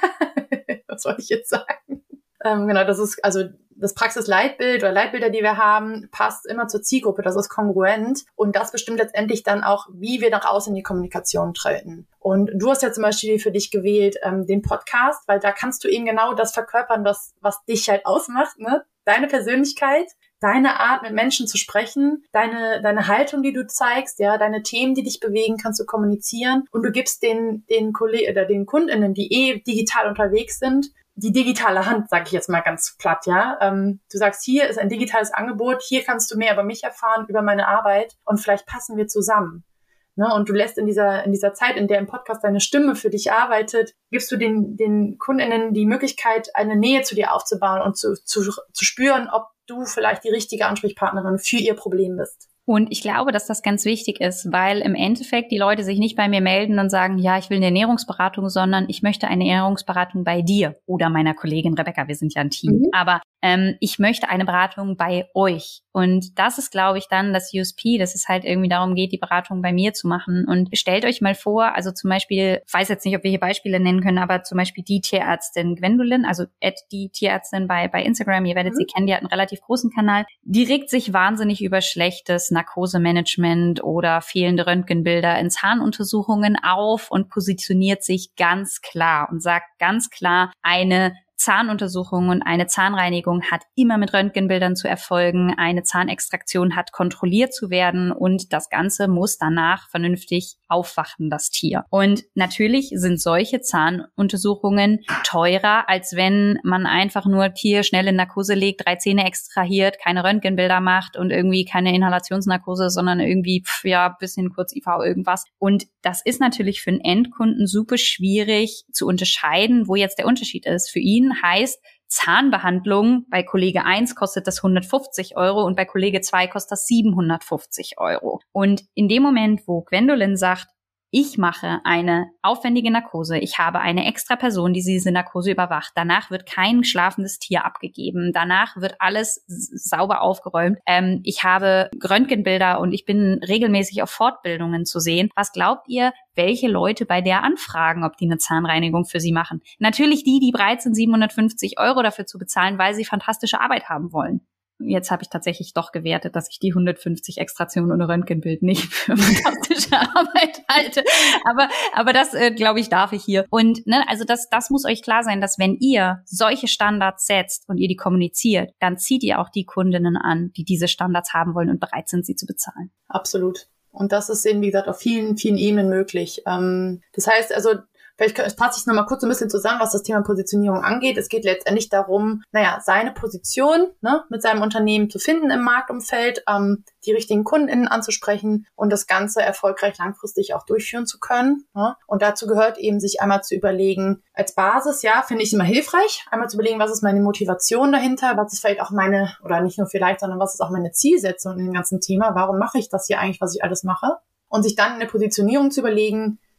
was soll ich jetzt sagen? Ähm, genau, das ist, also das Praxisleitbild oder Leitbilder, die wir haben, passt immer zur Zielgruppe, das ist kongruent und das bestimmt letztendlich dann auch, wie wir nach außen in die Kommunikation treten. Und du hast ja zum Beispiel für dich gewählt ähm, den Podcast, weil da kannst du eben genau das verkörpern, was, was dich halt ausmacht, ne? Deine Persönlichkeit, deine Art, mit Menschen zu sprechen, deine, deine Haltung, die du zeigst, ja, deine Themen, die dich bewegen, kannst du kommunizieren und du gibst den, den Kollegen oder den KundInnen, die eh digital unterwegs sind, die digitale Hand, sage ich jetzt mal ganz platt, ja. Ähm, du sagst, hier ist ein digitales Angebot, hier kannst du mehr über mich erfahren, über meine Arbeit und vielleicht passen wir zusammen. Ne? Und du lässt in dieser in dieser Zeit, in der im Podcast deine Stimme für dich arbeitet, gibst du den den KundInnen die Möglichkeit, eine Nähe zu dir aufzubauen und zu, zu, zu spüren, ob du vielleicht die richtige Ansprechpartnerin für ihr Problem bist. Und ich glaube, dass das ganz wichtig ist, weil im Endeffekt die Leute sich nicht bei mir melden und sagen, ja, ich will eine Ernährungsberatung, sondern ich möchte eine Ernährungsberatung bei dir oder meiner Kollegin Rebecca, wir sind ja ein Team. Mhm. Aber ähm, ich möchte eine Beratung bei euch. Und das ist, glaube ich, dann das U S P, dass es halt irgendwie darum geht, die Beratung bei mir zu machen. Und stellt euch mal vor, also zum Beispiel, ich weiß jetzt nicht, ob wir hier Beispiele nennen können, aber zum Beispiel die Tierärztin Gwendolyn, also at die Tierärztin bei, bei Instagram, ihr werdet mhm. sie kennen, die hat einen relativ großen Kanal, die regt sich wahnsinnig über schlechtes Narkosemanagement oder fehlende Röntgenbilder in Zahnuntersuchungen auf und positioniert sich ganz klar und sagt ganz klar, eine Zahnuntersuchung und eine Zahnreinigung hat immer mit Röntgenbildern zu erfolgen. Eine Zahnextraktion hat kontrolliert zu werden und das Ganze muss danach vernünftig aufwachen, das Tier. Und natürlich sind solche Zahnuntersuchungen teurer, als wenn man einfach nur Tier schnell in Narkose legt, drei Zähne extrahiert, keine Röntgenbilder macht und irgendwie keine Inhalationsnarkose, sondern irgendwie, pf, ja, bisschen kurz I V irgendwas. Und das ist natürlich für einen Endkunden super schwierig zu unterscheiden, wo jetzt der Unterschied ist. Für ihn heißt, Zahnbehandlung bei Kollege eins kostet das hundertfünfzig Euro und bei Kollege zwei kostet das siebenhundertfünfzig Euro. Und in dem Moment, wo Gwendolyn sagt, ich mache eine aufwendige Narkose. Ich habe eine extra Person, die diese Narkose überwacht. Danach wird kein schlafendes Tier abgegeben. Danach wird alles sauber aufgeräumt. Ähm, ich habe Röntgenbilder und ich bin regelmäßig auf Fortbildungen zu sehen. Was glaubt ihr, welche Leute bei der anfragen, ob die eine Zahnreinigung für sie machen? Natürlich die, die bereit sind, siebenhundertfünfzig Euro dafür zu bezahlen, weil sie fantastische Arbeit haben wollen. Jetzt habe ich tatsächlich doch gewertet, dass ich die hundertfünfzig Extraktionen ohne Röntgenbild nicht für fantastische Arbeit halte. Aber aber das, äh, glaube ich, darf ich hier. Und ne, also das das muss euch klar sein, dass wenn ihr solche Standards setzt und ihr die kommuniziert, dann zieht ihr auch die Kundinnen an, die diese Standards haben wollen und bereit sind, sie zu bezahlen. Absolut. Und das ist eben, wie gesagt, auf vielen, vielen Ebenen möglich. Ähm, das heißt also, vielleicht fasse ich es nochmal kurz ein bisschen zusammen, was das Thema Positionierung angeht. Es geht letztendlich darum, naja, seine Position ne, mit seinem Unternehmen zu finden im Marktumfeld, ähm, die richtigen KundInnen anzusprechen und das Ganze erfolgreich langfristig auch durchführen zu können. Ne? Und dazu gehört eben, sich einmal zu überlegen, als Basis, ja, finde ich immer hilfreich, einmal zu überlegen, was ist meine Motivation dahinter, was ist vielleicht auch meine, oder nicht nur vielleicht, sondern was ist auch meine Zielsetzung in dem ganzen Thema, warum mache ich das hier eigentlich, was ich alles mache? Und sich dann eine Positionierung zu überlegen,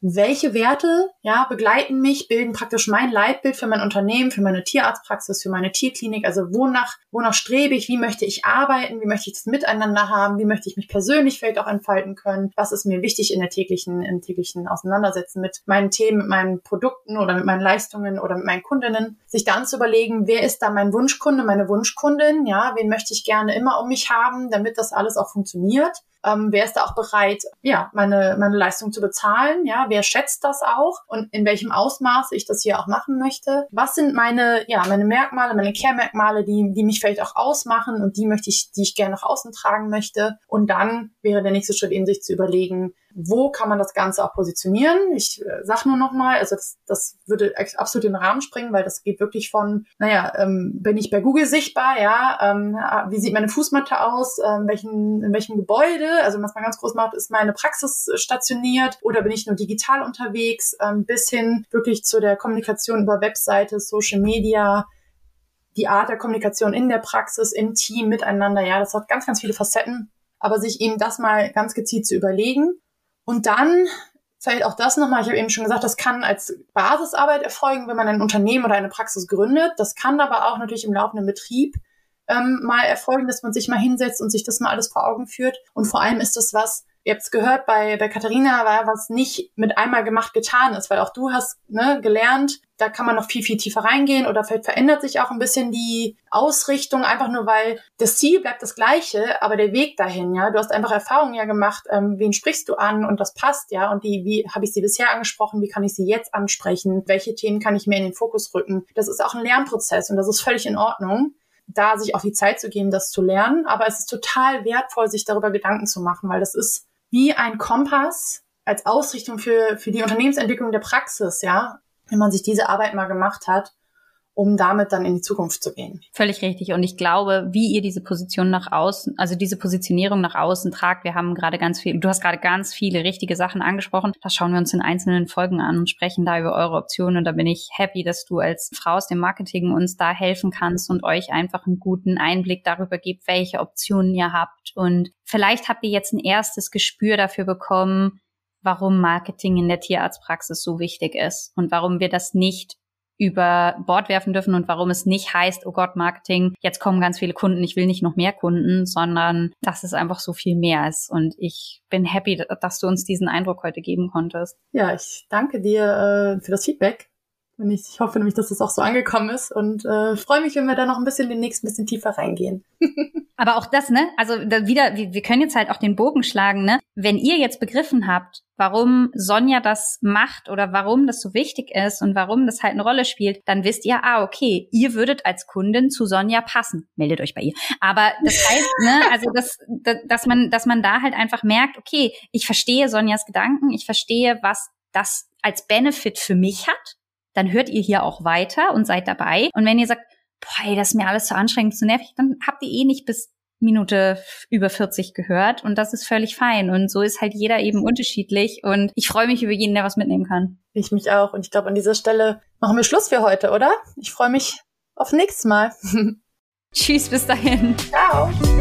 welche Werte, ja, begleiten mich, bilden praktisch mein Leitbild für mein Unternehmen, für meine Tierarztpraxis, für meine Tierklinik. Also wonach, wonach strebe ich, wie möchte ich arbeiten, wie möchte ich das miteinander haben, wie möchte ich mich persönlich vielleicht auch entfalten können, was ist mir wichtig in der täglichen, im täglichen Auseinandersetzen mit meinen Themen, mit meinen Produkten oder mit meinen Leistungen oder mit meinen Kundinnen. Sich dann zu überlegen, wer ist da mein Wunschkunde, meine Wunschkundin, ja, wen möchte ich gerne immer um mich haben, damit das alles auch funktioniert. Ähm, wer ist da auch bereit, ja, meine, meine Leistung zu bezahlen? Ja, wer schätzt das auch? Und in welchem Ausmaß ich das hier auch machen möchte? Was sind meine, ja, meine Merkmale, meine Kehrmerkmale, die, die mich vielleicht auch ausmachen und die möchte ich, die ich gerne nach außen tragen möchte? Und dann wäre der nächste Schritt eben, sich zu überlegen, wo kann man das Ganze auch positionieren? Ich äh, sag nur noch mal, also das, das würde absolut in den Rahmen springen, weil das geht wirklich von, naja, ähm, bin ich bei Google sichtbar, ja, ähm, wie sieht meine Fußmatte aus, ähm, welchen, in welchem Gebäude, also was man ganz groß macht, ist meine Praxis stationiert oder bin ich nur digital unterwegs, ähm, bis hin wirklich zu der Kommunikation über Webseite, Social Media, die Art der Kommunikation in der Praxis, im Team, miteinander, ja, das hat ganz, ganz viele Facetten, aber sich eben das mal ganz gezielt zu überlegen. Und dann, vielleicht auch das nochmal, ich habe eben schon gesagt, das kann als Basisarbeit erfolgen, wenn man ein Unternehmen oder eine Praxis gründet. Das kann aber auch natürlich im laufenden Betrieb ähm, mal erfolgen, dass man sich mal hinsetzt und sich das mal alles vor Augen führt. Und vor allem ist das was, ihr habt es gehört bei, bei Katharina, war was nicht mit einmal gemacht getan ist, weil auch du hast ne, gelernt, da kann man noch viel, viel tiefer reingehen oder vielleicht verändert sich auch ein bisschen die Ausrichtung, einfach nur weil das Ziel bleibt das gleiche, aber der Weg dahin, ja, du hast einfach Erfahrungen ja gemacht, ähm, wen sprichst du an und das passt, ja, und die, wie habe ich sie bisher angesprochen, wie kann ich sie jetzt ansprechen, welche Themen kann ich mehr in den Fokus rücken, das ist auch ein Lernprozess und das ist völlig in Ordnung, da sich auch die Zeit zu geben, das zu lernen, aber es ist total wertvoll, sich darüber Gedanken zu machen, weil das ist wie ein Kompass als Ausrichtung für, für die Unternehmensentwicklung der Praxis, ja, wenn man sich diese Arbeit mal gemacht hat, um damit dann in die Zukunft zu gehen. Völlig richtig. Und ich glaube, wie ihr diese Position nach außen, also diese Positionierung nach außen tragt, wir haben gerade ganz viel, du hast gerade ganz viele richtige Sachen angesprochen. Das schauen wir uns in einzelnen Folgen an und sprechen da über eure Optionen. Und da bin ich happy, dass du als Frau aus dem Marketing uns da helfen kannst und euch einfach einen guten Einblick darüber gibt, welche Optionen ihr habt. Und vielleicht habt ihr jetzt ein erstes Gespür dafür bekommen, warum Marketing in der Tierarztpraxis so wichtig ist und warum wir das nicht über Bord werfen dürfen und warum es nicht heißt, oh Gott, Marketing, jetzt kommen ganz viele Kunden, ich will nicht noch mehr Kunden, sondern dass es einfach so viel mehr ist. Und ich bin happy, dass du uns diesen Eindruck heute geben konntest. Ja, ich danke dir äh, für das Feedback. Und ich, ich hoffe nämlich, dass das auch so angekommen ist und äh, freue mich, wenn wir da noch ein bisschen demnächst ein bisschen tiefer reingehen. Aber auch das, ne, also da wieder, wir, wir können jetzt halt auch den Bogen schlagen, ne, wenn ihr jetzt begriffen habt, warum Sonja das macht oder warum das so wichtig ist und warum das halt eine Rolle spielt, dann wisst ihr, ah, okay, ihr würdet als Kundin zu Sonja passen. Meldet euch bei ihr. Aber das heißt, ne, also das, das, dass man, dass man da halt einfach merkt, okay, ich verstehe Sonjas Gedanken, ich verstehe, was das als Benefit für mich hat. Dann hört ihr hier auch weiter und seid dabei. Und wenn ihr sagt, boah, ey, das ist mir alles zu anstrengend, zu nervig, dann habt ihr eh nicht bis Minute über vierzig gehört und das ist völlig fein. Und so ist halt jeder eben unterschiedlich und ich freue mich über jeden, der was mitnehmen kann. Ich mich auch und ich glaube, an dieser Stelle machen wir Schluss für heute, oder? Ich freue mich auf nächstes Mal. Tschüss, bis dahin. Ciao.